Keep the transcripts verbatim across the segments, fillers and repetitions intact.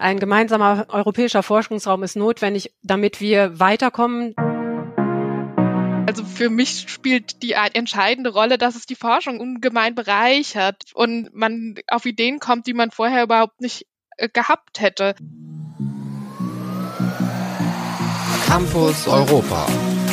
ein gemeinsamer europäischer Forschungsraum ist notwendig, damit wir weiterkommen. Also für mich spielt die entscheidende Rolle, dass es die Forschung ungemein bereichert und man auf Ideen kommt, die man vorher überhaupt nicht äh, gehabt hätte. Campus Europa.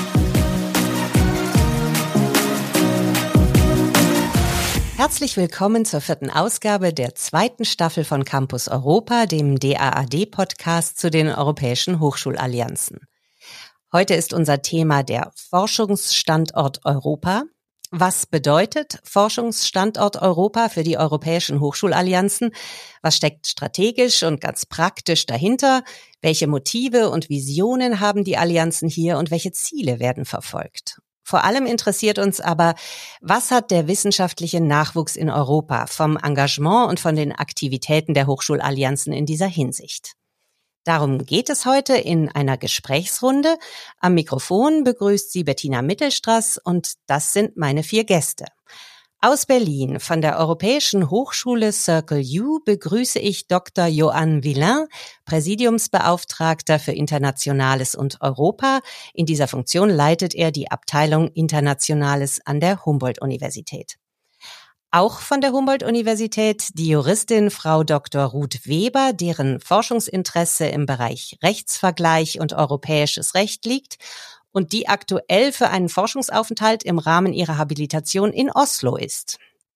Herzlich willkommen zur vierten Ausgabe der zweiten Staffel von Campus Europa, dem D A A D-Podcast zu den europäischen Hochschulallianzen. Heute ist unser Thema der Forschungsstandort Europa. Was bedeutet Forschungsstandort Europa für die europäischen Hochschulallianzen? Was steckt strategisch und ganz praktisch dahinter? Welche Motive und Visionen haben die Allianzen hier und welche Ziele werden verfolgt? Vor allem interessiert uns aber, was hat der wissenschaftliche Nachwuchs in Europa vom Engagement und von den Aktivitäten der Hochschulallianzen in dieser Hinsicht? Darum geht es heute in einer Gesprächsrunde. Am Mikrofon begrüßt sie Bettina Mittelstraß und das sind meine vier Gäste. Aus Berlin von der Europäischen Hochschule Circle U begrüße ich Doktor Johann Villain, Präsidiumsbeauftragter für Internationales und Europa. In dieser Funktion leitet er die Abteilung Internationales an der Humboldt-Universität. Auch von der Humboldt-Universität die Juristin Frau Doktor Ruth Weber, deren Forschungsinteresse im Bereich Rechtsvergleich und europäisches Recht liegt und die aktuell für einen Forschungsaufenthalt im Rahmen ihrer Habilitation in Oslo ist.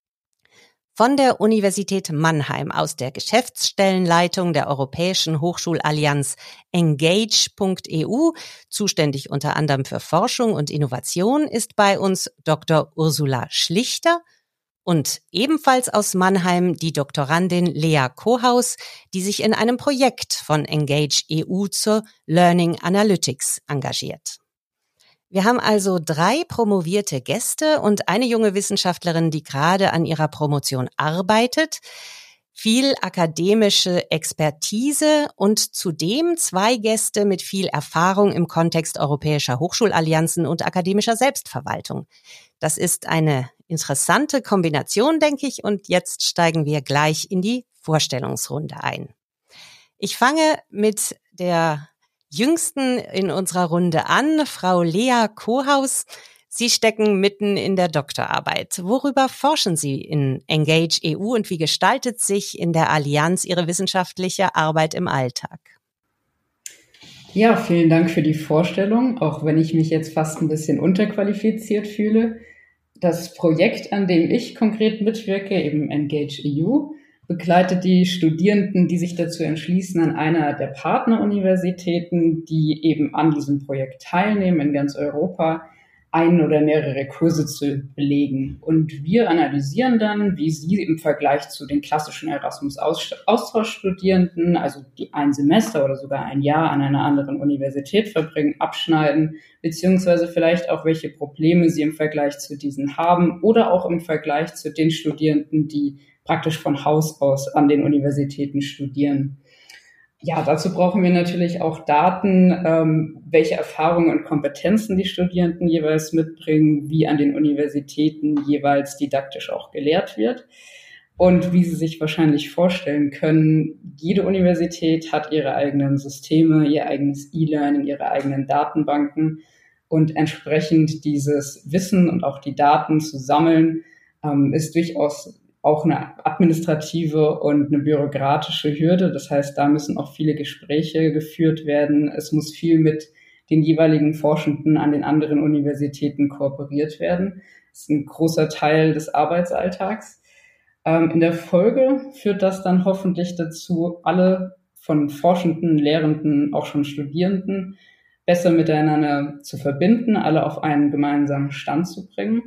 Von der Universität Mannheim aus der Geschäftsstellenleitung der Europäischen Hochschulallianz Engage Punkt E U, zuständig unter anderem für Forschung und Innovation, ist bei uns Doktor Ursula Schlichter. Und ebenfalls aus Mannheim die Doktorandin Lea Kohaus, die sich in einem Projekt von Engage E U zur Learning Analytics engagiert. Wir haben also drei promovierte Gäste und eine junge Wissenschaftlerin, die gerade an ihrer Promotion arbeitet, viel akademische Expertise und zudem zwei Gäste mit viel Erfahrung im Kontext europäischer Hochschulallianzen und akademischer Selbstverwaltung. Das ist eine interessante Kombination, denke ich, und jetzt steigen wir gleich in die Vorstellungsrunde ein. Ich fange mit der Jüngsten in unserer Runde an, Frau Lea Kohaus. Sie stecken mitten in der Doktorarbeit. Worüber forschen Sie in Engage E U und wie gestaltet sich in der Allianz Ihre wissenschaftliche Arbeit im Alltag? Ja, vielen Dank für die Vorstellung, auch wenn ich mich jetzt fast ein bisschen unterqualifiziert fühle. Das Projekt, an dem ich konkret mitwirke, eben Engage E U, begleitet die Studierenden, die sich dazu entschließen, an einer der Partneruniversitäten, die eben an diesem Projekt teilnehmen in ganz Europa, ein oder mehrere Kurse zu belegen. Und wir analysieren dann, wie sie im Vergleich zu den klassischen Erasmus-Austauschstudierenden, also die ein Semester oder sogar ein Jahr an einer anderen Universität verbringen, abschneiden, beziehungsweise vielleicht auch, welche Probleme sie im Vergleich zu diesen haben oder auch im Vergleich zu den Studierenden, die praktisch von Haus aus an den Universitäten studieren. Ja, dazu brauchen wir natürlich auch Daten, ähm, welche Erfahrungen und Kompetenzen die Studierenden jeweils mitbringen, wie an den Universitäten jeweils didaktisch auch gelehrt wird. Und wie Sie sich wahrscheinlich vorstellen können, jede Universität hat ihre eigenen Systeme, ihr eigenes E-Learning, ihre eigenen Datenbanken. Und entsprechend dieses Wissen und auch die Daten zu sammeln, ähm, ist durchaus auch eine administrative und eine bürokratische Hürde. Das heißt, da müssen auch viele Gespräche geführt werden. Es muss viel mit den jeweiligen Forschenden an den anderen Universitäten kooperiert werden. Das ist ein großer Teil des Arbeitsalltags. Ähm, in der Folge führt das dann hoffentlich dazu, alle von Forschenden, Lehrenden, auch schon Studierenden besser miteinander zu verbinden, alle auf einen gemeinsamen Stand zu bringen.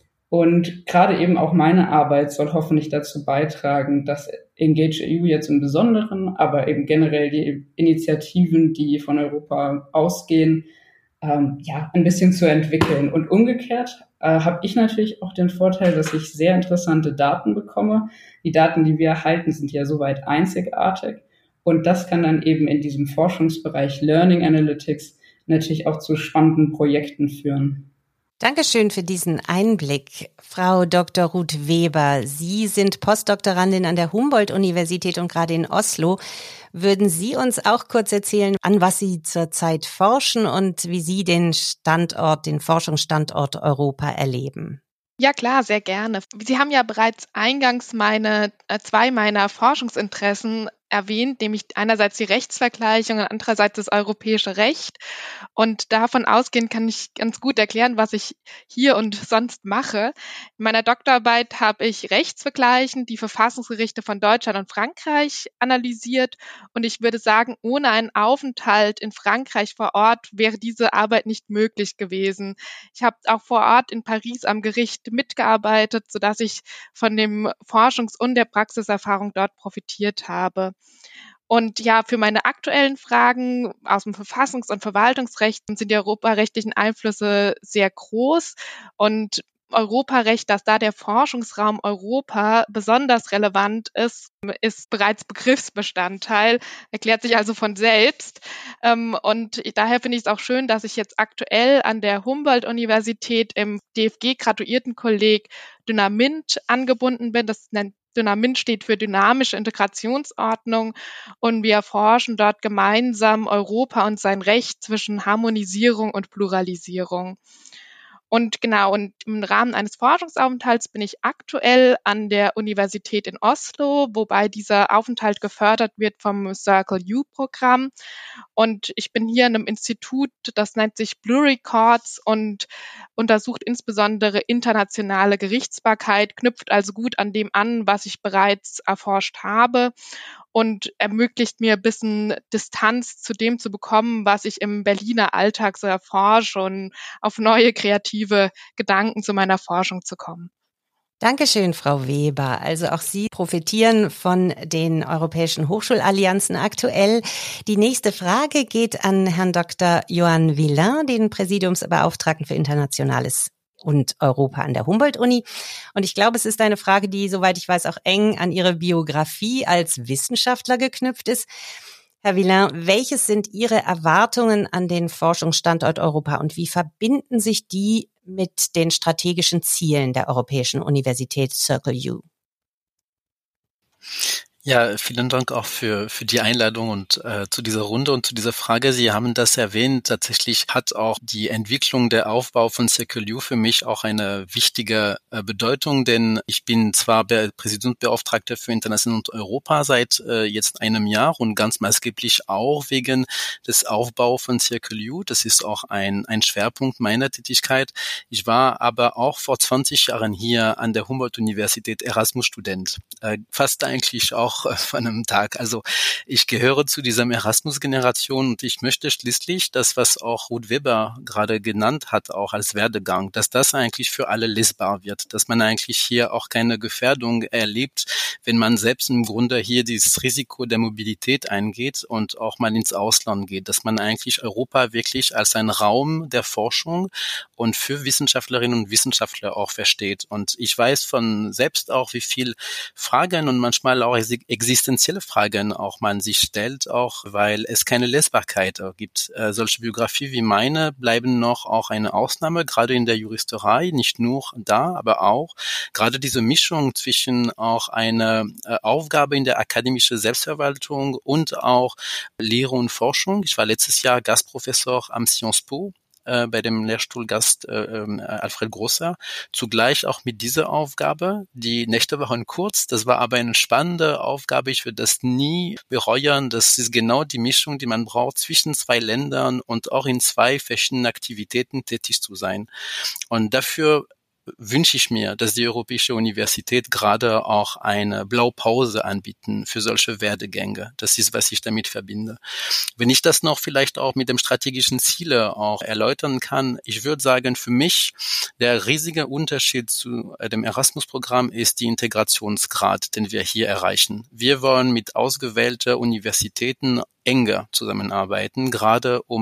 Und gerade eben auch meine Arbeit soll hoffentlich dazu beitragen, dass Engage E U jetzt im Besonderen, aber eben generell die Initiativen, die von Europa ausgehen, ähm, ja, ein bisschen zu entwickeln. Und umgekehrt äh, habe ich natürlich auch den Vorteil, dass ich sehr interessante Daten bekomme. Die Daten, die wir erhalten, sind ja soweit einzigartig. Und das kann dann eben in diesem Forschungsbereich Learning Analytics natürlich auch zu spannenden Projekten führen. Dankeschön für diesen Einblick. Frau Doktor Ruth Weber, Sie sind Postdoktorandin an der Humboldt-Universität und gerade in Oslo. Würden Sie uns auch kurz erzählen, an was Sie zurzeit forschen und wie Sie den Standort, den Forschungsstandort Europa erleben? Ja klar, sehr gerne. Sie haben ja bereits eingangs meine äh, zwei meiner Forschungsinteressen erwähnt, nämlich einerseits die Rechtsvergleichung und andererseits das europäische Recht. Und davon ausgehend kann ich ganz gut erklären, was ich hier und sonst mache. In meiner Doktorarbeit habe ich rechtsvergleichend die Verfassungsgerichte von Deutschland und Frankreich analysiert. Und ich würde sagen, ohne einen Aufenthalt in Frankreich vor Ort wäre diese Arbeit nicht möglich gewesen. Ich habe auch vor Ort in Paris am Gericht mitgearbeitet, sodass ich von dem Forschungs- und der Praxiserfahrung dort profitiert habe. Und ja, für meine aktuellen Fragen aus dem Verfassungs- und Verwaltungsrecht sind die europarechtlichen Einflüsse sehr groß und Europarecht, dass da der Forschungsraum Europa besonders relevant ist, ist bereits Begriffsbestandteil, erklärt sich also von selbst. Und daher finde ich es auch schön, dass ich jetzt aktuell an der Humboldt-Universität im D F G-Graduiertenkolleg Dynamint angebunden bin. Das nennt Dynamint steht für dynamische Integrationsordnung und wir erforschen dort gemeinsam Europa und sein Recht zwischen Harmonisierung und Pluralisierung. Und genau, und im Rahmen eines Forschungsaufenthalts bin ich aktuell an der Universität in Oslo, wobei dieser Aufenthalt gefördert wird vom Circle U-Programm. Und ich bin hier in einem Institut, das nennt sich Pluricourts und untersucht insbesondere internationale Gerichtsbarkeit, knüpft also gut an dem an, was ich bereits erforscht habe und ermöglicht mir ein bisschen Distanz zu dem zu bekommen, was ich im Berliner Alltag so erforsche und auf neue kreative Gedanken zu meiner Forschung zu kommen. Dankeschön, Frau Weber. Also auch Sie profitieren von den europäischen Hochschulallianzen aktuell. Die nächste Frage geht an Herrn Doktor Johann Villain, den Präsidiumsbeauftragten für Internationales und Europa an der Humboldt-Uni. Und ich glaube, es ist eine Frage, die, soweit ich weiß, auch eng an Ihre Biografie als Wissenschaftler geknüpft ist. Herr Villain, welches sind Ihre Erwartungen an den Forschungsstandort Europa und wie verbinden sich die mit den strategischen Zielen der Europäischen Universität Circle U? Ja, vielen Dank auch für für die Einladung und äh, zu dieser Runde und zu dieser Frage. Sie haben das erwähnt. Tatsächlich hat auch die Entwicklung, der Aufbau von Circle U für mich auch eine wichtige äh, Bedeutung, denn ich bin zwar Be- Präsidiumsbeauftragter für International und Europa seit äh, jetzt einem Jahr und ganz maßgeblich auch wegen des Aufbaus von Circle U. Das ist auch ein ein Schwerpunkt meiner Tätigkeit. Ich war aber auch vor zwanzig Jahren hier an der Humboldt-Universität Erasmus-Student. Äh, fast eigentlich auch von einem Tag. Also ich gehöre zu dieser Erasmus-Generation und ich möchte schließlich das, was auch Ruth Weber gerade genannt hat, auch als Werdegang, dass das eigentlich für alle lesbar wird, dass man eigentlich hier auch keine Gefährdung erlebt, wenn man selbst im Grunde hier dieses Risiko der Mobilität eingeht und auch mal ins Ausland geht, dass man eigentlich Europa wirklich als ein Raum der Forschung und für Wissenschaftlerinnen und Wissenschaftler auch versteht. Und ich weiß von selbst auch, wie viel Fragen und manchmal auch existenzielle Fragen auch man sich stellt, auch weil es keine Lesbarkeit gibt. Äh, solche Biografie wie meine bleiben noch auch eine Ausnahme, gerade in der Juristerei, nicht nur da, aber auch gerade diese Mischung zwischen auch eine äh, Aufgabe in der akademischen Selbstverwaltung und auch Lehre und Forschung. Ich war letztes Jahr Gastprofessor am Sciences Po bei dem Lehrstuhlgast äh, äh, Alfred Grosser, zugleich auch mit dieser Aufgabe. Die Nächte waren kurz, das war aber eine spannende Aufgabe. Ich würde das nie bereuen. Das ist genau die Mischung, die man braucht, zwischen zwei Ländern und auch in zwei verschiedenen Aktivitäten tätig zu sein. Und dafür wünsche ich mir, dass die Europäische Universität gerade auch eine Blaupause anbieten für solche Werdegänge. Das ist, was ich damit verbinde. Wenn ich das noch vielleicht auch mit dem strategischen Ziele auch erläutern kann, ich würde sagen, für mich der riesige Unterschied zu dem Erasmus-Programm ist die Integrationsgrad, den wir hier erreichen. Wir wollen mit ausgewählten Universitäten enger zusammenarbeiten, gerade um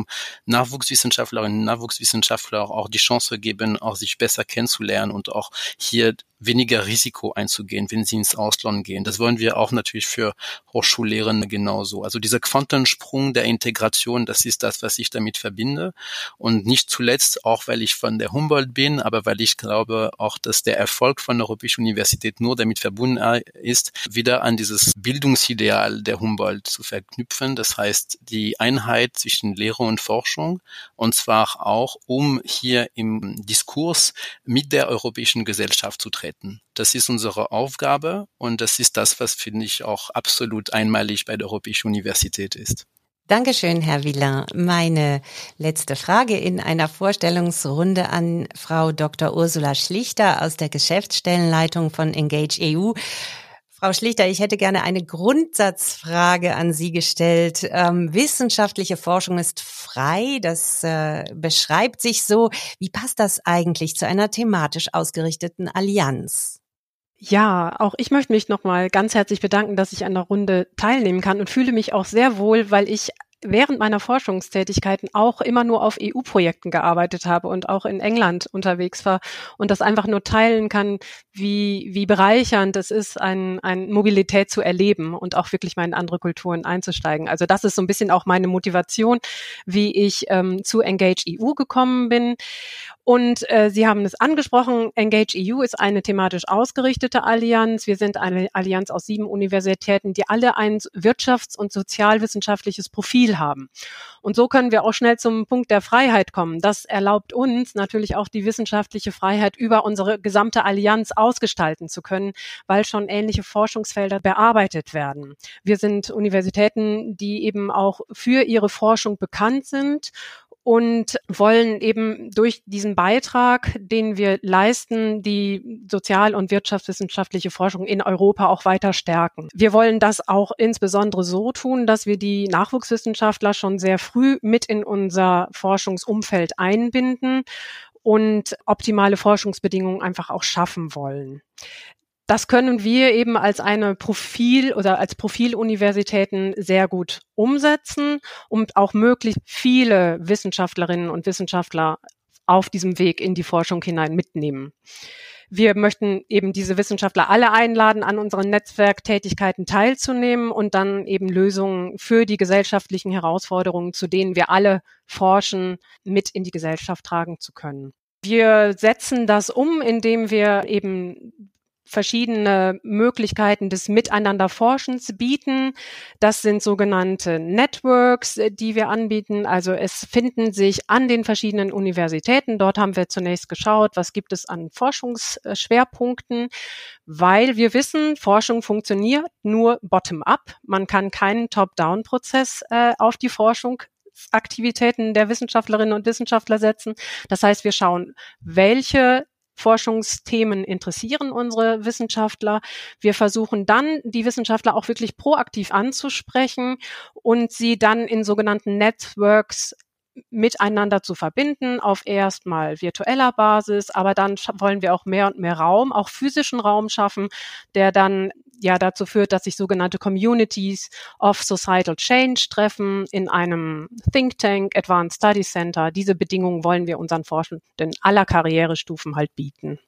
Nachwuchswissenschaftlerinnen und Nachwuchswissenschaftler auch die Chance geben, auch sich besser kennenzulernen und auch hier weniger Risiko einzugehen, wenn sie ins Ausland gehen. Das wollen wir auch natürlich für Hochschullehrende genauso. Also dieser Quantensprung der Integration, das ist das, was ich damit verbinde. Und nicht zuletzt auch, weil ich von der Humboldt bin, aber weil ich glaube auch, dass der Erfolg von der Europäischen Universität nur damit verbunden ist, wieder an dieses Bildungsideal der Humboldt zu verknüpfen. Das heißt, die Einheit zwischen Lehre und Forschung, und zwar auch, um hier im Diskurs mit der europäischen Gesellschaft zu treten. Das ist unsere Aufgabe und das ist das, was, finde ich, auch absolut einmalig bei der Europäischen Universität ist. Dankeschön, Herr Villain. Meine letzte Frage in einer Vorstellungsrunde an Frau Doktor Ursula Schlichter aus der Geschäftsstellenleitung von Engage E U. Frau Schlichter, ich hätte gerne eine Grundsatzfrage an Sie gestellt. Ähm, wissenschaftliche Forschung ist frei, das äh, beschreibt sich so. Wie passt das eigentlich zu einer thematisch ausgerichteten Allianz? Ja, auch ich möchte mich nochmal ganz herzlich bedanken, dass ich an der Runde teilnehmen kann und fühle mich auch sehr wohl, weil ich während meiner Forschungstätigkeiten auch immer nur auf E U-Projekten gearbeitet habe und auch in England unterwegs war und das einfach nur teilen kann, wie wie bereichernd es ist, ein, ein Mobilität zu erleben und auch wirklich mal in andere Kulturen einzusteigen. Also das ist so ein bisschen auch meine Motivation, wie ich ähm, zu Engage E U gekommen bin. Und äh, Sie haben es angesprochen, Engage E U ist eine thematisch ausgerichtete Allianz. Wir sind eine Allianz aus sieben Universitäten, die alle ein wirtschafts- und sozialwissenschaftliches Profil haben. Und so können wir auch schnell zum Punkt der Freiheit kommen. Das erlaubt uns natürlich auch die wissenschaftliche Freiheit, über unsere gesamte Allianz ausgestalten zu können, weil schon ähnliche Forschungsfelder bearbeitet werden. Wir sind Universitäten, die eben auch für ihre Forschung bekannt sind und wollen eben durch diesen Beitrag, den wir leisten, die sozial- und wirtschaftswissenschaftliche Forschung in Europa auch weiter stärken. Wir wollen das auch insbesondere so tun, dass wir die Nachwuchswissenschaftler schon sehr früh mit in unser Forschungsumfeld einbinden und optimale Forschungsbedingungen einfach auch schaffen wollen. Das können wir eben als eine Profil- oder als Profiluniversitäten sehr gut umsetzen, um auch möglichst viele Wissenschaftlerinnen und Wissenschaftler auf diesem Weg in die Forschung hinein mitnehmen. Wir möchten eben diese Wissenschaftler alle einladen, an unseren Netzwerktätigkeiten teilzunehmen und dann eben Lösungen für die gesellschaftlichen Herausforderungen, zu denen wir alle forschen, mit in die Gesellschaft tragen zu können. Wir setzen das um, indem wir eben verschiedene Möglichkeiten des Miteinanderforschens bieten. Das sind sogenannte Networks, die wir anbieten. Also es finden sich an den verschiedenen Universitäten, dort haben wir zunächst geschaut, was gibt es an Forschungsschwerpunkten, weil wir wissen, Forschung funktioniert nur bottom-up. Man kann keinen Top-down-Prozess äh, auf die Forschung Aktivitäten der Wissenschaftlerinnen und Wissenschaftler setzen. Das heißt, wir schauen, welche Forschungsthemen interessieren unsere Wissenschaftler. Wir versuchen dann, die Wissenschaftler auch wirklich proaktiv anzusprechen und sie dann in sogenannten Networks miteinander zu verbinden, auf erstmal virtueller Basis, aber dann wollen wir auch mehr und mehr Raum, auch physischen Raum schaffen, der dann ja dazu führt, dass sich sogenannte Communities of Societal Change treffen in einem Think Tank, Advanced Study Center. Diese Bedingungen wollen wir unseren Forschenden aller Karrierestufen halt bieten.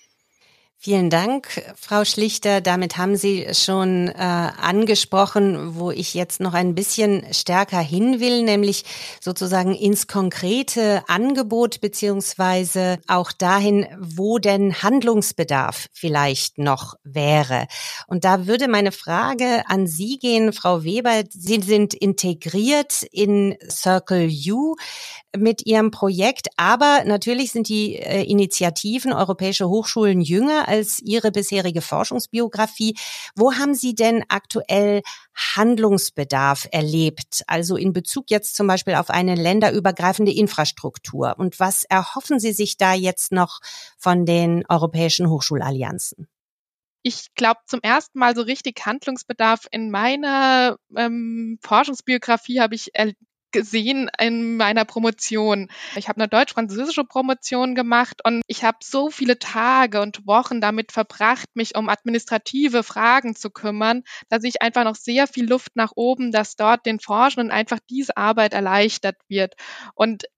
Vielen Dank, Frau Schlichter. Damit haben Sie schon äh, angesprochen, wo ich jetzt noch ein bisschen stärker hin will, nämlich sozusagen ins konkrete Angebot beziehungsweise auch dahin, wo denn Handlungsbedarf vielleicht noch wäre. Und da würde meine Frage an Sie gehen, Frau Weber. Sie sind integriert in Circle U mit Ihrem Projekt, aber natürlich sind die äh, Initiativen Europäische Hochschulen jünger als Ihre bisherige Forschungsbiografie. Wo haben Sie denn aktuell Handlungsbedarf erlebt? Also in Bezug jetzt zum Beispiel auf eine länderübergreifende Infrastruktur. Und was erhoffen Sie sich da jetzt noch von den europäischen Hochschulallianzen? Ich glaube, zum ersten Mal so richtig Handlungsbedarf in meiner ähm, Forschungsbiografie habe ich er- gesehen in meiner Promotion. Ich habe eine deutsch-französische Promotion gemacht und ich habe so viele Tage und Wochen damit verbracht, mich um administrative Fragen zu kümmern, dass ich einfach noch sehr viel Luft nach oben, dass dort den Forschenden einfach diese Arbeit erleichtert wird. Und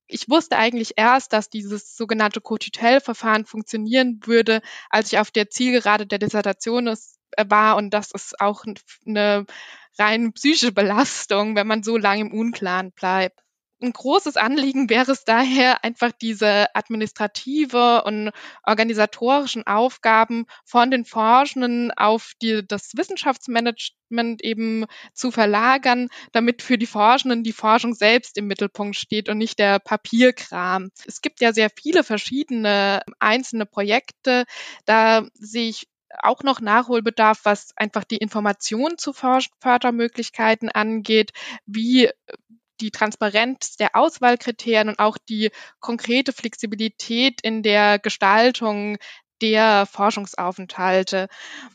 Ich wusste eigentlich erst, dass dieses sogenannte Co-Tutel-Verfahren funktionieren würde, als ich auf der Zielgerade der Dissertation ist, äh, war. Und das ist auch eine rein psychische Belastung, wenn man so lange im Unklaren bleibt. Ein großes Anliegen wäre es daher, einfach diese administrative und organisatorischen Aufgaben von den Forschenden auf die, das Wissenschaftsmanagement eben zu verlagern, damit für die Forschenden die Forschung selbst im Mittelpunkt steht und nicht der Papierkram. Es gibt ja sehr viele verschiedene einzelne Projekte. Da sehe ich auch noch Nachholbedarf, was einfach die Information zu Fördermöglichkeiten angeht, wie die Transparenz der Auswahlkriterien und auch die konkrete Flexibilität in der Gestaltung der Forschungsaufenthalte.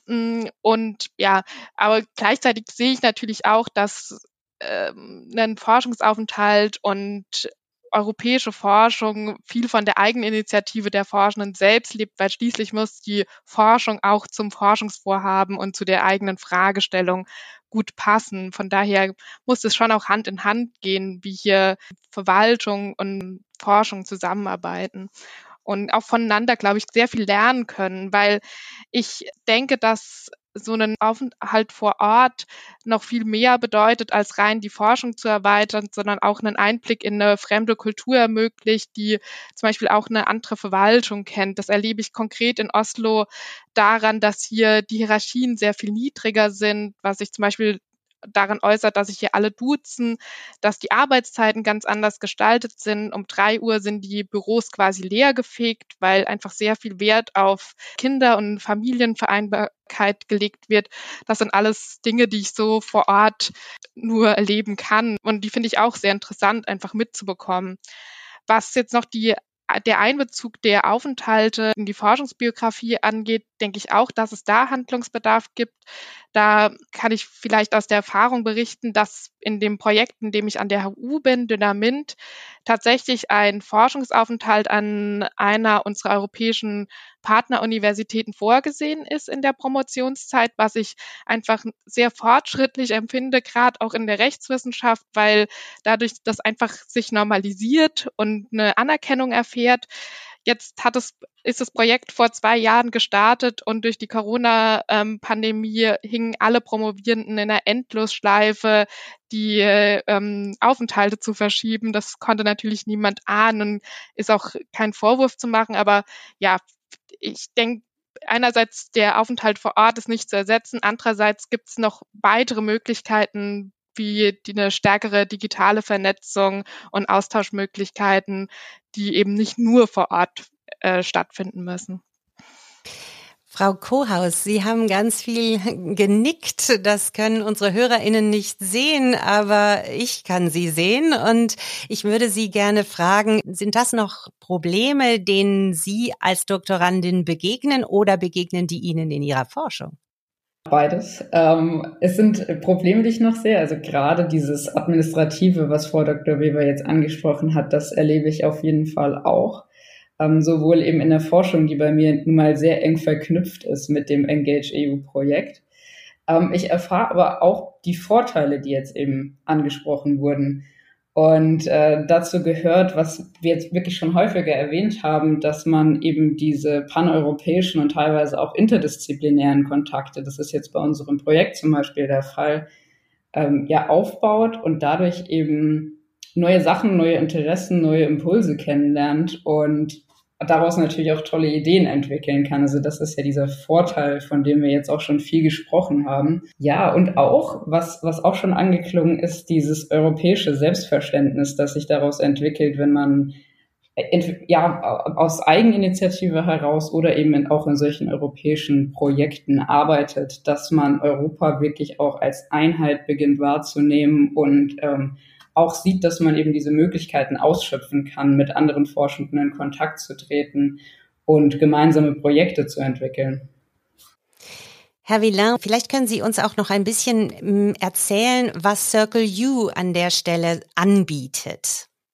Und ja, aber gleichzeitig sehe ich natürlich auch, dass ähm, ein Forschungsaufenthalt und europäische Forschung viel von der Eigeninitiative der Forschenden selbst lebt, weil schließlich muss die Forschung auch zum Forschungsvorhaben und zu der eigenen Fragestellung gut passen. Von daher muss es schon auch Hand in Hand gehen, wie hier Verwaltung und Forschung zusammenarbeiten und auch voneinander, glaube ich, sehr viel lernen können, weil ich denke, dass so ein Aufenthalt vor Ort noch viel mehr bedeutet, als rein die Forschung zu erweitern, sondern auch einen Einblick in eine fremde Kultur ermöglicht, die zum Beispiel auch eine andere Verwaltung kennt. Das erlebe ich konkret in Oslo daran, dass hier die Hierarchien sehr viel niedriger sind, was sich zum Beispiel daran äußert, dass sich hier alle duzen, dass die Arbeitszeiten ganz anders gestaltet sind. Um drei Uhr sind die Büros quasi leergefegt, weil einfach sehr viel Wert auf Kinder- und Familienvereinbarkeit gelegt wird. Das sind alles Dinge, die ich so vor Ort nur erleben kann. Und die finde ich auch sehr interessant, einfach mitzubekommen. Was jetzt noch die der Einbezug der Aufenthalte in die Forschungsbiografie angeht, denke ich auch, dass es da Handlungsbedarf gibt. Da kann ich vielleicht aus der Erfahrung berichten, dass in dem Projekt, in dem ich an der H U bin, Dynamint, tatsächlich ein Forschungsaufenthalt an einer unserer europäischen Partneruniversitäten vorgesehen ist in der Promotionszeit, was ich einfach sehr fortschrittlich empfinde, gerade auch in der Rechtswissenschaft, weil dadurch das einfach sich normalisiert und eine Anerkennung erfährt. Jetzt hat es, ist das Projekt vor zwei Jahren gestartet und durch die Corona-Pandemie hingen alle Promovierenden in einer Endlosschleife, die ähm, Aufenthalte zu verschieben. Das konnte natürlich niemand ahnen und ist auch kein Vorwurf zu machen. Aber ja, ich denke, einerseits der Aufenthalt vor Ort ist nicht zu ersetzen. Andererseits gibt es noch weitere Möglichkeiten, wie die eine stärkere digitale Vernetzung und Austauschmöglichkeiten, die eben nicht nur vor Ort äh, stattfinden müssen. Frau Kohaus, Sie haben ganz viel genickt. Das können unsere HörerInnen nicht sehen, aber ich kann Sie sehen. Und ich würde Sie gerne fragen, sind das noch Probleme, denen Sie als Doktorandin begegnen oder begegnen die Ihnen in Ihrer Forschung? Beides. Ähm, es sind Probleme, die ich noch sehe. Also gerade dieses Administrative, was Frau Doktor Weber jetzt angesprochen hat, das erlebe ich auf jeden Fall auch. Ähm, sowohl eben in der Forschung, die bei mir nun mal sehr eng verknüpft ist mit dem Engage E U-Projekt. Ähm, ich erfahre aber auch die Vorteile, die jetzt eben angesprochen wurden. Und äh, dazu gehört, was wir jetzt wirklich schon häufiger erwähnt haben, dass man eben diese paneuropäischen und teilweise auch interdisziplinären Kontakte, das ist jetzt bei unserem Projekt zum Beispiel der Fall, ähm, ja aufbaut und dadurch eben neue Sachen, neue Interessen, neue Impulse kennenlernt und daraus natürlich auch tolle Ideen entwickeln kann. Also das ist ja dieser Vorteil, von dem wir jetzt auch schon viel gesprochen haben. Ja, und auch, was, was auch schon angeklungen ist, dieses europäische Selbstverständnis, das sich daraus entwickelt, wenn man ja aus Eigeninitiative heraus oder eben auch in solchen europäischen Projekten arbeitet, dass man Europa wirklich auch als Einheit beginnt wahrzunehmen und ähm, auch sieht, dass man eben diese Möglichkeiten ausschöpfen kann, mit anderen Forschenden in Kontakt zu treten und gemeinsame Projekte zu entwickeln. Herr Villain, vielleicht können Sie uns auch noch ein bisschen erzählen, was Circle U an der Stelle anbietet.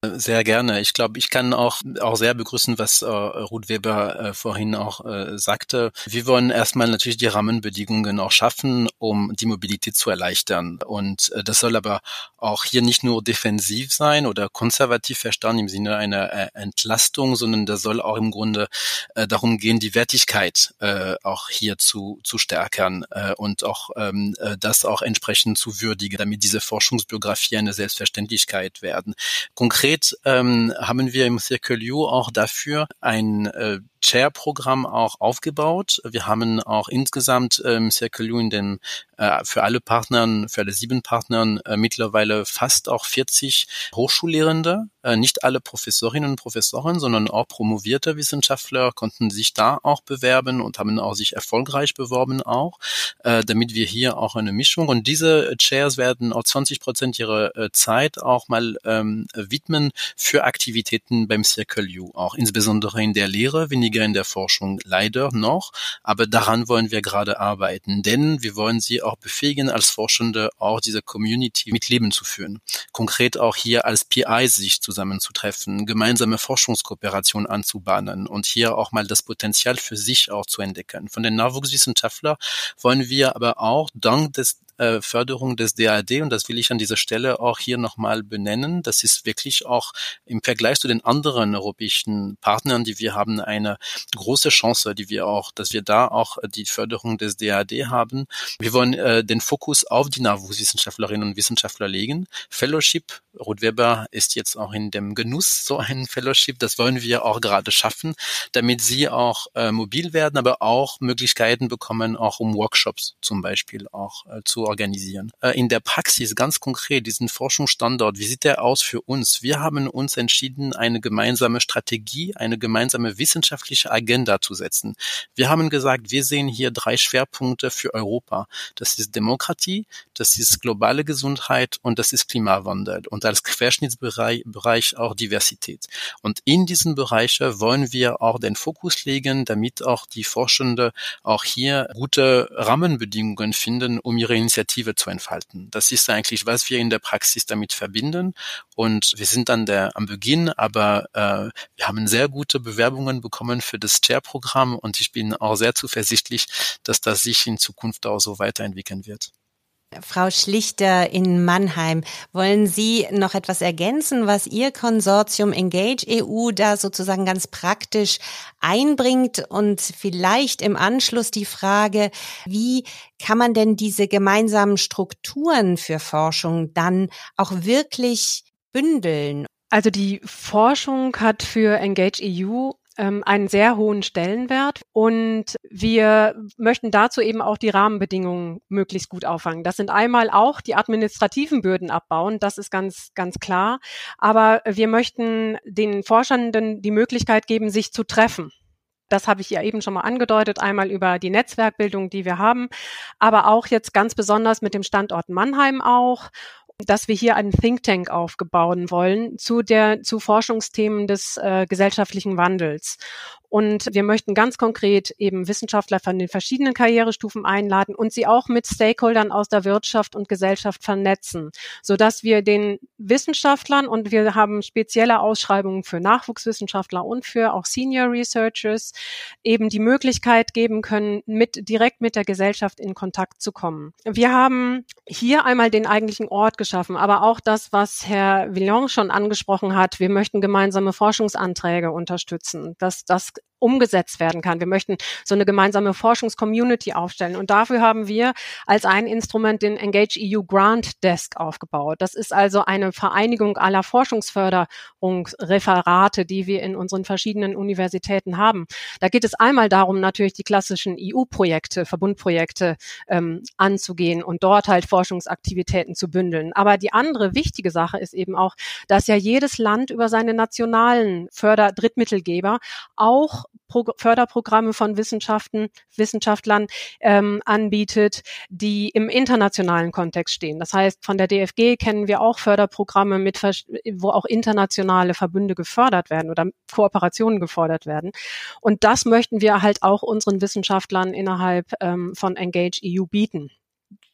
Sehr gerne. Ich glaube, ich kann auch auch sehr begrüßen, was äh, Ruth Weber äh, vorhin auch äh, sagte. Wir wollen erstmal natürlich die Rahmenbedingungen auch schaffen, um die Mobilität zu erleichtern. Und äh, das soll aber auch hier nicht nur defensiv sein oder konservativ verstanden im Sinne einer äh, Entlastung, sondern das soll auch im Grunde äh, darum gehen, die Wertigkeit äh, auch hier zu zu stärken äh, und auch ähm, äh, das auch entsprechend zu würdigen, damit diese Forschungsbiografie eine Selbstverständlichkeit werden. Konkret ähm, haben wir im Circle U auch dafür ein äh, Chair-Programm auch aufgebaut. Wir haben auch insgesamt im ähm, Circle U in den äh, für alle Partnern, für alle sieben Partnern äh, mittlerweile fast auch vierzig Hochschullehrende. Äh, nicht alle Professorinnen und Professoren, sondern auch promovierte Wissenschaftler konnten sich da auch bewerben und haben auch sich erfolgreich beworben auch, äh, damit wir hier auch eine Mischung und diese Chairs werden auch zwanzig Prozent ihrer äh, Zeit auch mal ähm, widmen für Aktivitäten beim Circle U, auch insbesondere in der Lehre, weniger in der Forschung leider noch, aber daran wollen wir gerade arbeiten, denn wir wollen sie auch befähigen, als Forschende auch diese Community mit Leben zu führen. Konkret auch hier als P Is sich zusammenzutreffen, gemeinsame Forschungskooperation anzubahnen und hier auch mal das Potenzial für sich auch zu entdecken. Von den Nachwuchswissenschaftlern wollen wir aber auch dank des äh, Förderung des D A D, und das will ich an dieser Stelle auch hier nochmal benennen, das ist wirklich auch im Vergleich zu den anderen europäischen Partnern, die wir haben, eine große Chance, die wir auch, dass wir da auch die Förderung des D A D haben. Wir wollen äh, den Fokus auf die Nachwuchswissenschaftlerinnen und Wissenschaftler legen. Fellowship, Ruth Weber ist jetzt auch in dem Genuss so ein Fellowship, das wollen wir auch gerade schaffen, damit sie auch äh, mobil werden, aber auch Möglichkeiten bekommen, auch um Workshops zum Beispiel auch äh, zu organisieren. Äh, in der Praxis ganz konkret, diesen Forschungsstandort, wie sieht der aus für uns? Wir haben uns entschieden, eine gemeinsame Strategie, eine gemeinsame wissenschaftliche Agenda zu setzen. Wir haben gesagt, wir sehen hier drei Schwerpunkte für Europa. Das ist Demokratie, das ist globale Gesundheit und das ist Klimawandel. Und als Querschnittsbereich Bereich auch Diversität. Und in diesen Bereichen wollen wir auch den Fokus legen, damit auch die Forschenden auch hier gute Rahmenbedingungen finden, um ihre Initiative zu entfalten. Das ist eigentlich, was wir in der Praxis damit verbinden. Und wir sind an der, am Beginn, aber äh, wir haben sehr gute Bewerbungen bekommen für das Chair-Programm und ich bin auch sehr zuversichtlich, dass das sich in Zukunft auch so weiterentwickeln wird. Frau Schlichter in Mannheim, wollen Sie noch etwas ergänzen, was Ihr Konsortium Engage E U da sozusagen ganz praktisch einbringt? Und vielleicht im Anschluss die Frage, wie kann man denn diese gemeinsamen Strukturen für Forschung dann auch wirklich bündeln? Also die Forschung hat für Engage E U einen sehr hohen Stellenwert und wir möchten dazu eben auch die Rahmenbedingungen möglichst gut auffangen. Das sind einmal auch die administrativen Bürden abbauen, das ist ganz, ganz klar, aber wir möchten den Forschenden die Möglichkeit geben, sich zu treffen. Das habe ich ja eben schon mal angedeutet, einmal über die Netzwerkbildung, die wir haben, aber auch jetzt ganz besonders mit dem Standort Mannheim auch, dass wir hier einen Think Tank aufbauen wollen zu der zu Forschungsthemen des äh, gesellschaftlichen Wandels. Und wir möchten ganz konkret eben Wissenschaftler von den verschiedenen Karrierestufen einladen und sie auch mit Stakeholdern aus der Wirtschaft und Gesellschaft vernetzen, sodass wir den Wissenschaftlern, und wir haben spezielle Ausschreibungen für Nachwuchswissenschaftler und für auch Senior Researchers, eben die Möglichkeit geben können, mit direkt mit der Gesellschaft in Kontakt zu kommen. Wir haben hier einmal den eigentlichen Ort geschaffen, aber auch das, was Herr Villon schon angesprochen hat. Wir möchten gemeinsame Forschungsanträge unterstützen, dass das umgesetzt werden kann. Wir möchten so eine gemeinsame Forschungscommunity aufstellen und dafür haben wir als ein Instrument den Engage E U Grant Desk aufgebaut. Das ist also eine Vereinigung aller Forschungsförderungsreferate, die wir in unseren verschiedenen Universitäten haben. Da geht es einmal darum, natürlich die klassischen E U-Projekte, Verbundprojekte ähm, anzugehen und dort halt Forschungsaktivitäten zu bündeln. Aber die andere wichtige Sache ist eben auch, dass ja jedes Land über seine nationalen Förder-Drittmittelgeber auch Pro- Förderprogramme von Wissenschaften, Wissenschaftlern ähm, anbietet, die im internationalen Kontext stehen. Das heißt, von der D F G kennen wir auch Förderprogramme, mit, wo auch internationale Verbünde gefördert werden oder Kooperationen gefordert werden. Und das möchten wir halt auch unseren Wissenschaftlern innerhalb ähm, von Engage E U bieten.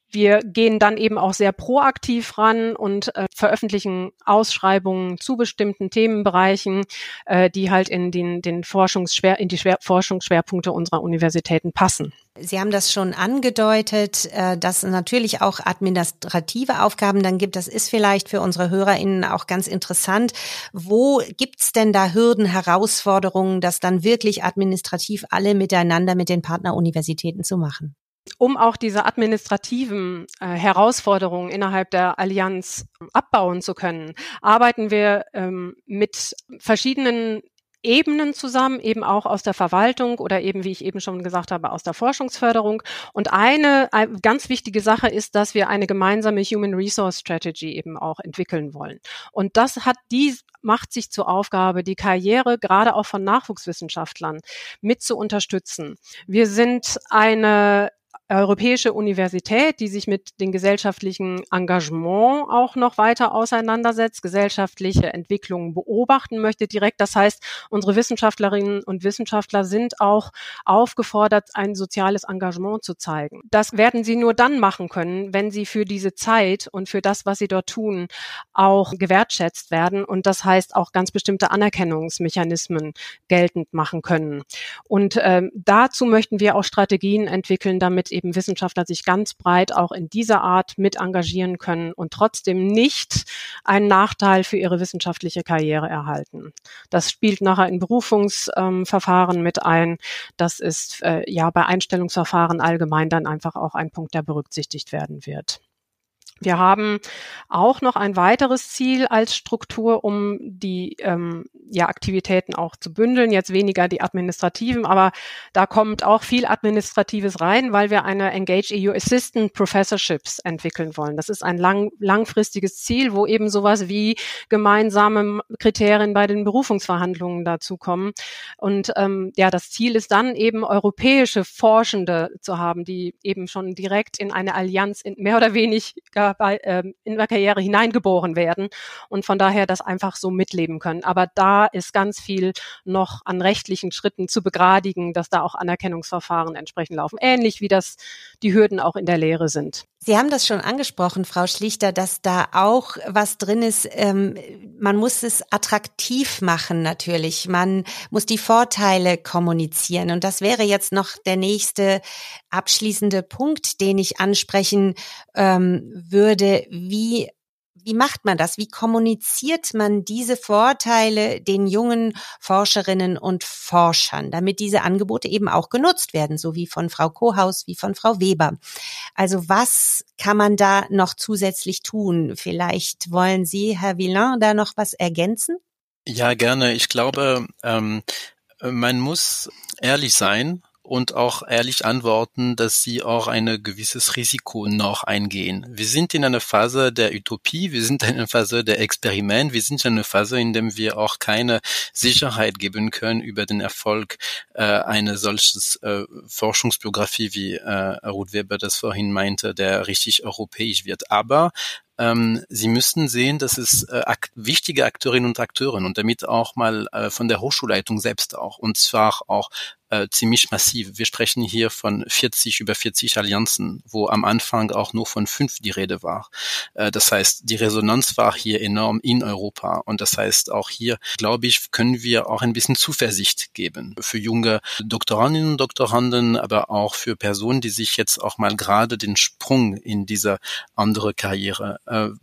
wir gehen dann eben auch sehr proaktiv ran und äh, veröffentlichen Ausschreibungen zu bestimmten Themenbereichen, äh, die halt in den, den Forschungsschwer, in die Schwer, Forschungsschwerpunkte unserer Universitäten passen. Sie haben das schon angedeutet, äh, dass es natürlich auch administrative Aufgaben dann gibt. Das ist vielleicht für unsere HörerInnen auch ganz interessant. Wo gibt's denn da Hürden, Herausforderungen, das dann wirklich administrativ alle miteinander mit den Partneruniversitäten zu machen? Um auch diese administrativen äh, Herausforderungen innerhalb der Allianz abbauen zu können, arbeiten wir ähm, mit verschiedenen Ebenen zusammen, eben auch aus der Verwaltung oder eben, wie ich eben schon gesagt habe, aus der Forschungsförderung. Und eine, eine ganz wichtige Sache ist, dass wir eine gemeinsame Human Resource Strategy eben auch entwickeln wollen. Und das hat die macht sich zur Aufgabe, die Karriere gerade auch von Nachwuchswissenschaftlern mit zu unterstützen. Wir sind eine europäische Universität, die sich mit dem gesellschaftlichen Engagement auch noch weiter auseinandersetzt, gesellschaftliche Entwicklungen beobachten möchte direkt. Das heißt, unsere Wissenschaftlerinnen und Wissenschaftler sind auch aufgefordert, ein soziales Engagement zu zeigen. Das werden sie nur dann machen können, wenn sie für diese Zeit und für das, was sie dort tun, auch gewertschätzt werden und das heißt auch ganz bestimmte Anerkennungsmechanismen geltend machen können. Und ähm, dazu möchten wir auch Strategien entwickeln, damit eben Wissenschaftler sich ganz breit auch in dieser Art mit engagieren können und trotzdem nicht einen Nachteil für ihre wissenschaftliche Karriere erhalten. Das spielt nachher in Berufungsverfahren ähm, mit ein. Das ist äh, ja bei Einstellungsverfahren allgemein dann einfach auch ein Punkt, der berücksichtigt werden wird. Wir haben auch noch ein weiteres Ziel als Struktur, um die ähm, ja, Aktivitäten auch zu bündeln. Jetzt weniger die administrativen, aber da kommt auch viel Administratives rein, weil wir eine Engage E U Assistant Professorships entwickeln wollen. Das ist ein lang, langfristiges Ziel, wo eben sowas wie gemeinsame Kriterien bei den Berufungsverhandlungen dazu kommen. Und ähm, ja, das Ziel ist dann eben europäische Forschende zu haben, die eben schon direkt in eine Allianz in mehr oder weniger bei, ähm, in der Karriere hineingeboren werden und von daher das einfach so mitleben können. Aber da ist ganz viel noch an rechtlichen Schritten zu begradigen, dass da auch Anerkennungsverfahren entsprechend laufen. Ähnlich wie das die Hürden auch in der Lehre sind. Sie haben das schon angesprochen, Frau Schlichter, dass da auch was drin ist. Ähm, man muss es attraktiv machen natürlich. Man muss die Vorteile kommunizieren. Und das wäre jetzt noch der nächste abschließende Punkt, den ich ansprechen ähm, würde. Wie Wie macht man das? Wie kommuniziert man diese Vorteile den jungen Forscherinnen und Forschern, damit diese Angebote eben auch genutzt werden, so wie von Frau Kohaus, wie von Frau Weber? Also was kann man da noch zusätzlich tun? Vielleicht wollen Sie, Herr Villain, da noch was ergänzen? Ja, gerne. Ich glaube, ähm, man muss ehrlich sein und auch ehrlich antworten, dass sie auch ein gewisses Risiko noch eingehen. Wir sind in einer Phase der Utopie, wir sind in einer Phase der Experiment, wir sind in einer Phase, in der wir auch keine Sicherheit geben können über den Erfolg äh, einer solches äh, Forschungsbiografie, wie äh, Ruth Weber das vorhin meinte, der richtig europäisch wird. Aber Ähm, Sie müssten sehen, dass es äh, ak- wichtige Akteurinnen und Akteure und damit auch mal äh, von der Hochschulleitung selbst auch, und zwar auch äh, ziemlich massiv. Wir sprechen hier von vierzig, über vierzig Allianzen, wo am Anfang auch nur von fünf die Rede war. Äh, das heißt, die Resonanz war hier enorm in Europa und das heißt, auch hier, glaube ich, können wir auch ein bisschen Zuversicht geben für junge Doktorandinnen und Doktoranden, aber auch für Personen, die sich jetzt auch mal gerade den Sprung in diese andere Karriere.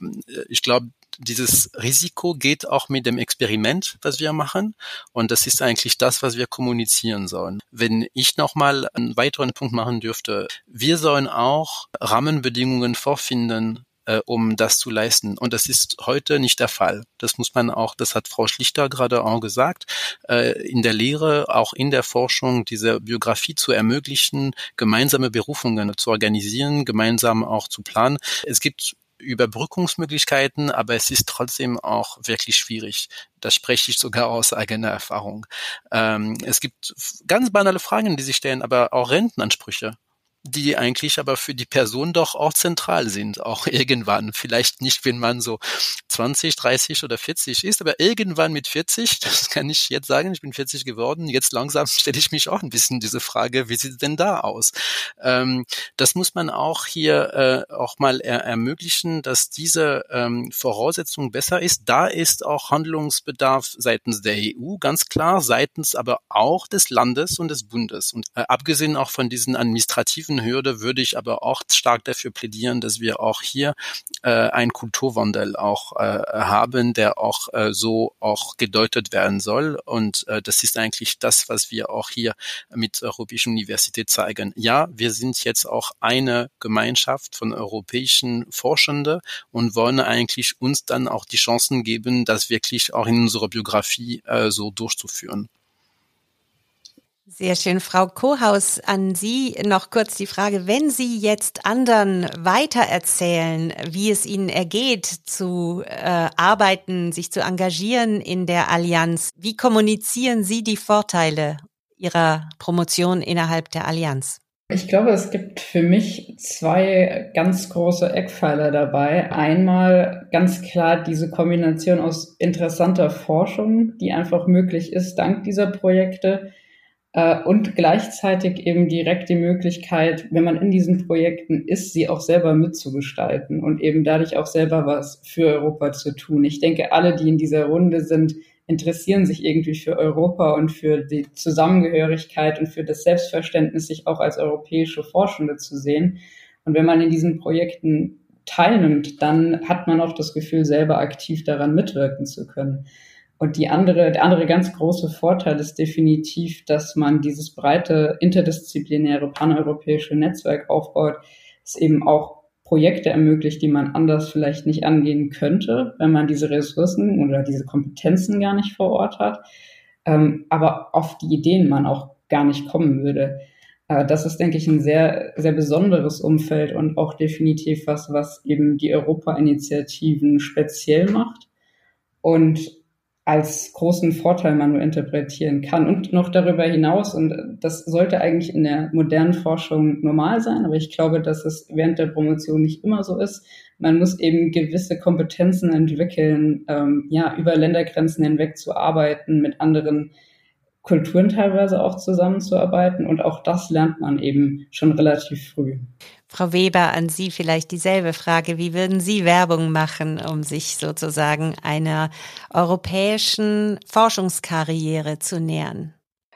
Ich glaube, dieses Risiko geht auch mit dem Experiment, was wir machen. Und das ist eigentlich das, was wir kommunizieren sollen. Wenn ich nochmal einen weiteren Punkt machen dürfte, wir sollen auch Rahmenbedingungen vorfinden, äh, um das zu leisten. Und das ist heute nicht der Fall. Das muss man auch, das hat Frau Schlichter gerade auch gesagt, äh, in der Lehre, auch in der Forschung, diese Biografie zu ermöglichen, gemeinsame Berufungen zu organisieren, gemeinsam auch zu planen. Es gibt Überbrückungsmöglichkeiten, aber es ist trotzdem auch wirklich schwierig. Das spreche ich sogar aus eigener Erfahrung. Ähm, es gibt ganz banale Fragen, die sich stellen, aber auch Rentenansprüche, die eigentlich aber für die Person doch auch zentral sind, auch irgendwann. Vielleicht nicht, wenn man so zwanzig, dreißig oder vierzig ist, aber irgendwann mit vierzig, das kann ich jetzt sagen, ich bin vierzig geworden, jetzt langsam stelle ich mich auch ein bisschen diese Frage, wie sieht es denn da aus? Ähm, das muss man auch hier äh, auch mal er- ermöglichen, dass diese ähm, Voraussetzung besser ist. Da ist auch Handlungsbedarf seitens der E U, ganz klar, seitens aber auch des Landes und des Bundes. Und äh, abgesehen auch von diesen administrativen Hürde würde ich aber auch stark dafür plädieren, dass wir auch hier äh, einen Kulturwandel auch äh, haben, der auch äh, so auch gedeutet werden soll. Und äh, das ist eigentlich das, was wir auch hier mit der Europäischen Universität zeigen. Ja, wir sind jetzt auch eine Gemeinschaft von europäischen Forschenden und wollen eigentlich uns dann auch die Chancen geben, das wirklich auch in unserer Biografie äh, so durchzuführen. Sehr schön. Frau Kohaus, an Sie noch kurz die Frage, wenn Sie jetzt anderen weitererzählen, wie es Ihnen ergeht, zu äh, arbeiten, sich zu engagieren in der Allianz, wie kommunizieren Sie die Vorteile Ihrer Promotion innerhalb der Allianz? Ich glaube, es gibt für mich zwei ganz große Eckpfeiler dabei. Einmal ganz klar diese Kombination aus interessanter Forschung, die einfach möglich ist dank dieser Projekte, und gleichzeitig eben direkt die Möglichkeit, wenn man in diesen Projekten ist, sie auch selber mitzugestalten und eben dadurch auch selber was für Europa zu tun. Ich denke, alle, die in dieser Runde sind, interessieren sich irgendwie für Europa und für die Zusammengehörigkeit und für das Selbstverständnis, sich auch als europäische Forschende zu sehen. Und wenn man in diesen Projekten teilnimmt, dann hat man auch das Gefühl, selber aktiv daran mitwirken zu können. Und die andere, der andere ganz große Vorteil ist definitiv, dass man dieses breite, interdisziplinäre, paneuropäische Netzwerk aufbaut, das eben auch Projekte ermöglicht, die man anders vielleicht nicht angehen könnte, wenn man diese Ressourcen oder diese Kompetenzen gar nicht vor Ort hat, ähm, aber auf die Ideen man auch gar nicht kommen würde. Äh, das ist, denke ich, ein sehr, sehr besonderes Umfeld und auch definitiv was, was eben die Europa-Initiativen speziell macht und als großen Vorteil man nur interpretieren kann. Und noch darüber hinaus, und das sollte eigentlich in der modernen Forschung normal sein, aber ich glaube, dass es während der Promotion nicht immer so ist. Man muss eben gewisse Kompetenzen entwickeln, ähm, ja, über Ländergrenzen hinweg zu arbeiten, mit anderen Kulturen teilweise auch zusammenzuarbeiten. Und auch das lernt man eben schon relativ früh. Frau Weber, an Sie vielleicht dieselbe Frage. Wie würden Sie Werbung machen, um sich sozusagen einer europäischen Forschungskarriere zu nähern?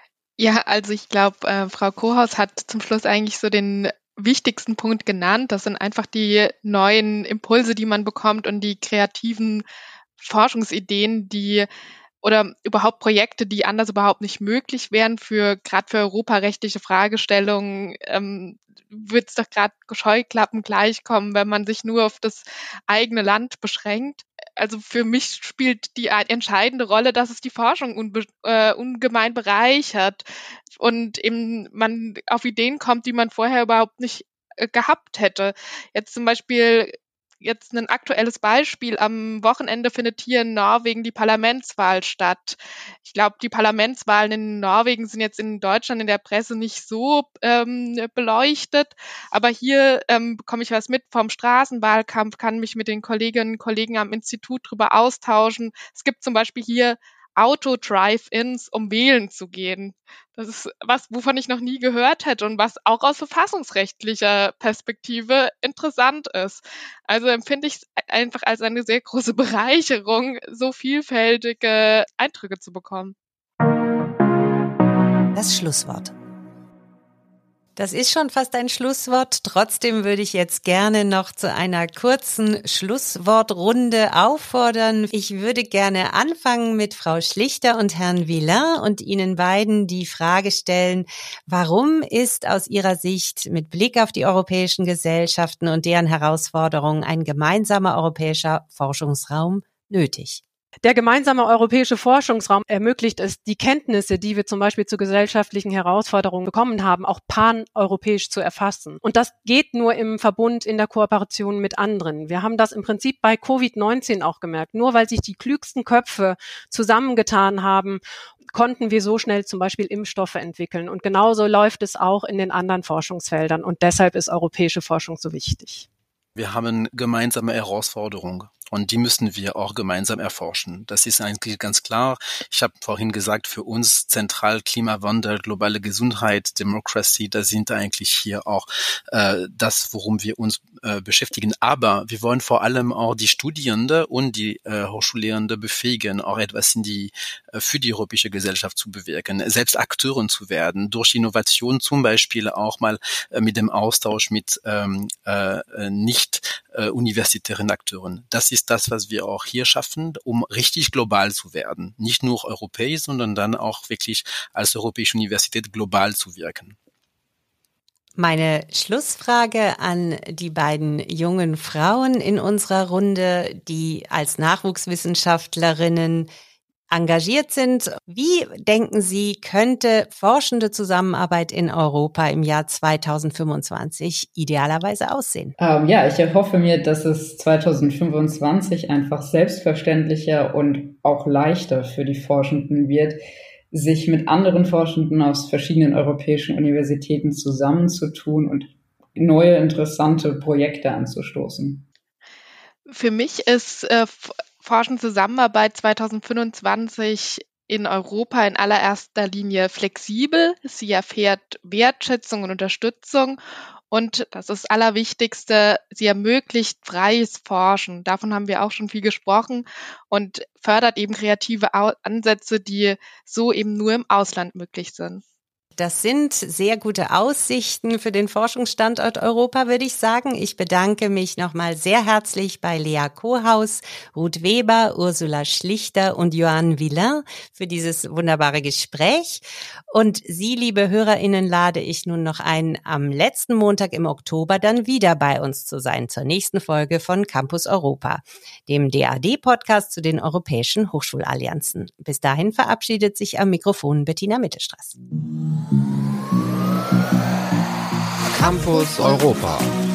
Ja, also ich glaube, äh, Frau Kohaus hat zum Schluss eigentlich so den wichtigsten Punkt genannt. Das sind einfach die neuen Impulse, die man bekommt und die kreativen Forschungsideen, die oder überhaupt Projekte, die anders überhaupt nicht möglich wären für gerade für europarechtliche Fragestellungen, ähm, wird es doch gerade Scheuklappen gleichkommen, wenn man sich nur auf das eigene Land beschränkt. Also für mich spielt die entscheidende Rolle, dass es die Forschung unbe- äh, ungemein bereichert und eben man auf Ideen kommt, die man vorher überhaupt nicht äh, gehabt hätte. Jetzt zum Beispiel Jetzt ein aktuelles Beispiel. Am Wochenende findet hier in Norwegen die Parlamentswahl statt. Ich glaube, die Parlamentswahlen in Norwegen sind jetzt in Deutschland in der Presse nicht so ähm, beleuchtet. Aber hier ähm, bekomme ich was mit vom Straßenwahlkampf, kann mich mit den Kolleginnen und Kollegen am Institut drüber austauschen. Es gibt zum Beispiel hier Auto-Drive-Ins, um wählen zu gehen. Das ist was, wovon ich noch nie gehört hätte und was auch aus verfassungsrechtlicher Perspektive interessant ist. Also empfinde ich es einfach als eine sehr große Bereicherung, so vielfältige Eindrücke zu bekommen. Das Schlusswort. Das ist schon fast ein Schlusswort. Trotzdem würde ich jetzt gerne noch zu einer kurzen Schlusswortrunde auffordern. Ich würde gerne anfangen mit Frau Schlichter und Herrn Villain und Ihnen beiden die Frage stellen, warum ist aus Ihrer Sicht mit Blick auf die europäischen Gesellschaften und deren Herausforderungen ein gemeinsamer europäischer Forschungsraum nötig? Der gemeinsame europäische Forschungsraum ermöglicht es, die Kenntnisse, die wir zum Beispiel zu gesellschaftlichen Herausforderungen bekommen haben, auch paneuropäisch zu erfassen. Und das geht nur im Verbund, in der Kooperation mit anderen. Wir haben das im Prinzip bei Covid neunzehn auch gemerkt. Nur weil sich die klügsten Köpfe zusammengetan haben, konnten wir so schnell zum Beispiel Impfstoffe entwickeln. Und genauso läuft es auch in den anderen Forschungsfeldern. Und deshalb ist europäische Forschung so wichtig. Wir haben gemeinsame Herausforderungen Und die müssen wir auch gemeinsam erforschen. Das ist eigentlich ganz klar. Ich habe vorhin gesagt, für uns zentral Klimawandel, globale Gesundheit, Democracy, da sind eigentlich hier auch äh, das, worum wir uns äh, beschäftigen. Aber wir wollen vor allem auch die Studierende und die äh, Hochschullehrende befähigen, auch etwas in die äh, für die europäische Gesellschaft zu bewirken, selbst Akteuren zu werden, durch Innovation zum Beispiel auch mal äh, mit dem Austausch mit ähm, äh, nicht äh, universitären Akteuren. Das ist das, was wir auch hier schaffen, um richtig global zu werden. Nicht nur europäisch, sondern dann auch wirklich als Europäische Universität global zu wirken. Meine Schlussfrage an die beiden jungen Frauen in unserer Runde, die als Nachwuchswissenschaftlerinnen engagiert sind. Wie denken Sie, könnte forschende Zusammenarbeit in Europa im Jahr zweitausendfünfundzwanzig idealerweise aussehen? Ähm, ja, ich erhoffe mir, dass es zweitausendfünfundzwanzig einfach selbstverständlicher und auch leichter für die Forschenden wird, sich mit anderen Forschenden aus verschiedenen europäischen Universitäten zusammenzutun und neue interessante Projekte anzustoßen. Für mich ist äh, Forschungszusammenarbeit zweitausendfünfundzwanzig in Europa in allererster Linie flexibel. Sie erfährt Wertschätzung und Unterstützung. Und das ist das Allerwichtigste, sie ermöglicht freies Forschen. Davon haben wir auch schon viel gesprochen und fördert eben kreative Ansätze, die so eben nur im Ausland möglich sind. Das sind sehr gute Aussichten für den Forschungsstandort Europa, würde ich sagen. Ich bedanke mich nochmal sehr herzlich bei Lea Kohaus, Ruth Weber, Ursula Schlichter und Johann Villain für dieses wunderbare Gespräch. Und Sie, liebe HörerInnen, lade ich nun noch ein, am letzten Montag im Oktober dann wieder bei uns zu sein, zur nächsten Folge von Campus Europa, dem D A D-Podcast zu den europäischen Hochschulallianzen. Bis dahin verabschiedet sich am Mikrofon Bettina Mittelstraß. Campus Europa.